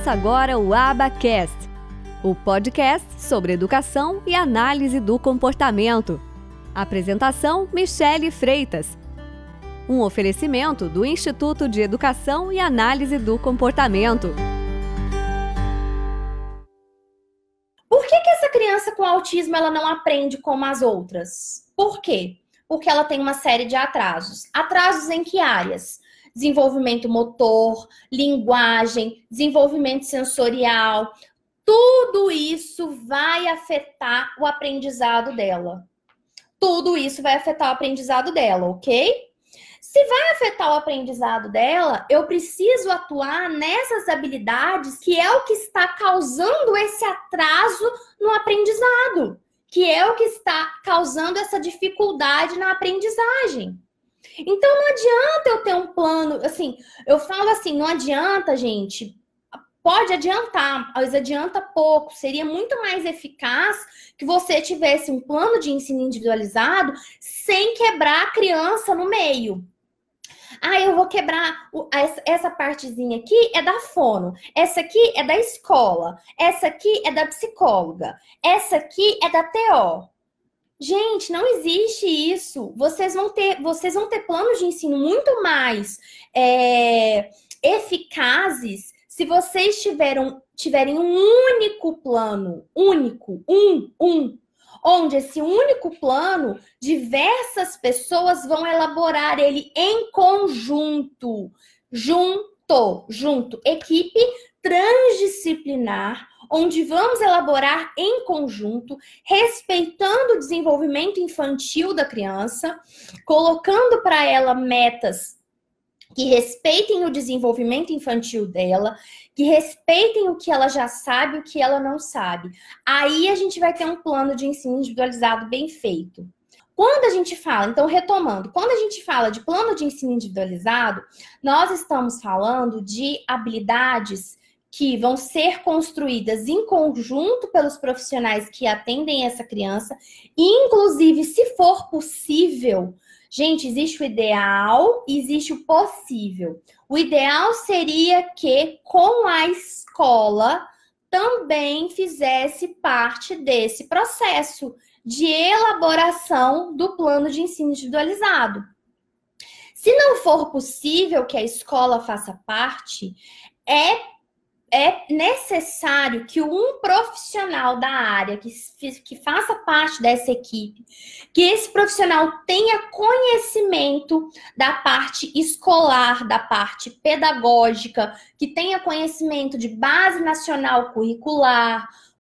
Começa agora o AbaCast, o podcast sobre educação e análise do comportamento. Apresentação: Michele Freitas. Um oferecimento do Instituto de Educação e Análise do Comportamento. Por que essa criança com autismo ela não aprende como as outras? Por quê? Porque ela tem uma série de atrasos. Atrasos em que áreas? Desenvolvimento motor, linguagem, desenvolvimento sensorial. Tudo isso vai afetar o aprendizado dela. Tudo isso vai afetar o aprendizado dela, ok? Se vai afetar o aprendizado dela, eu preciso atuar nessas habilidades que é o que está causando esse atraso no aprendizado, que é o que está causando essa dificuldade na aprendizagem. Então, não adianta eu ter um plano, assim, eu falo assim, não adianta, gente, pode adiantar, mas adianta pouco, seria muito mais eficaz que você tivesse um plano de ensino individualizado sem quebrar a criança no meio. Ah, eu vou quebrar essa partezinha aqui é da fono, essa aqui é da escola, essa aqui é da psicóloga, essa aqui é da TO. Gente, não existe isso. Vocês vão ter planos de ensino muito mais eficazes se vocês tiverem um único plano, onde esse único plano, diversas pessoas vão elaborar ele em conjunto, junto, equipe transdisciplinar, onde vamos elaborar em conjunto, respeitando o desenvolvimento infantil da criança, colocando para ela metas que respeitem o desenvolvimento infantil dela, que respeitem o que ela já sabe e o que ela não sabe. Aí a gente vai ter um plano de ensino individualizado bem feito. Quando a gente fala, então retomando, quando a gente fala de plano de ensino individualizado, nós estamos falando de habilidades que vão ser construídas em conjunto pelos profissionais que atendem essa criança, e inclusive, se for possível, gente, existe o ideal e existe o possível. O ideal seria que com a escola também fizesse parte desse processo de elaboração do plano de ensino individualizado. Se não for possível que a escola faça parte, é necessário que um profissional da área que faça parte dessa equipe, que esse profissional tenha conhecimento da parte escolar, da parte pedagógica, que tenha conhecimento de base nacional curricular,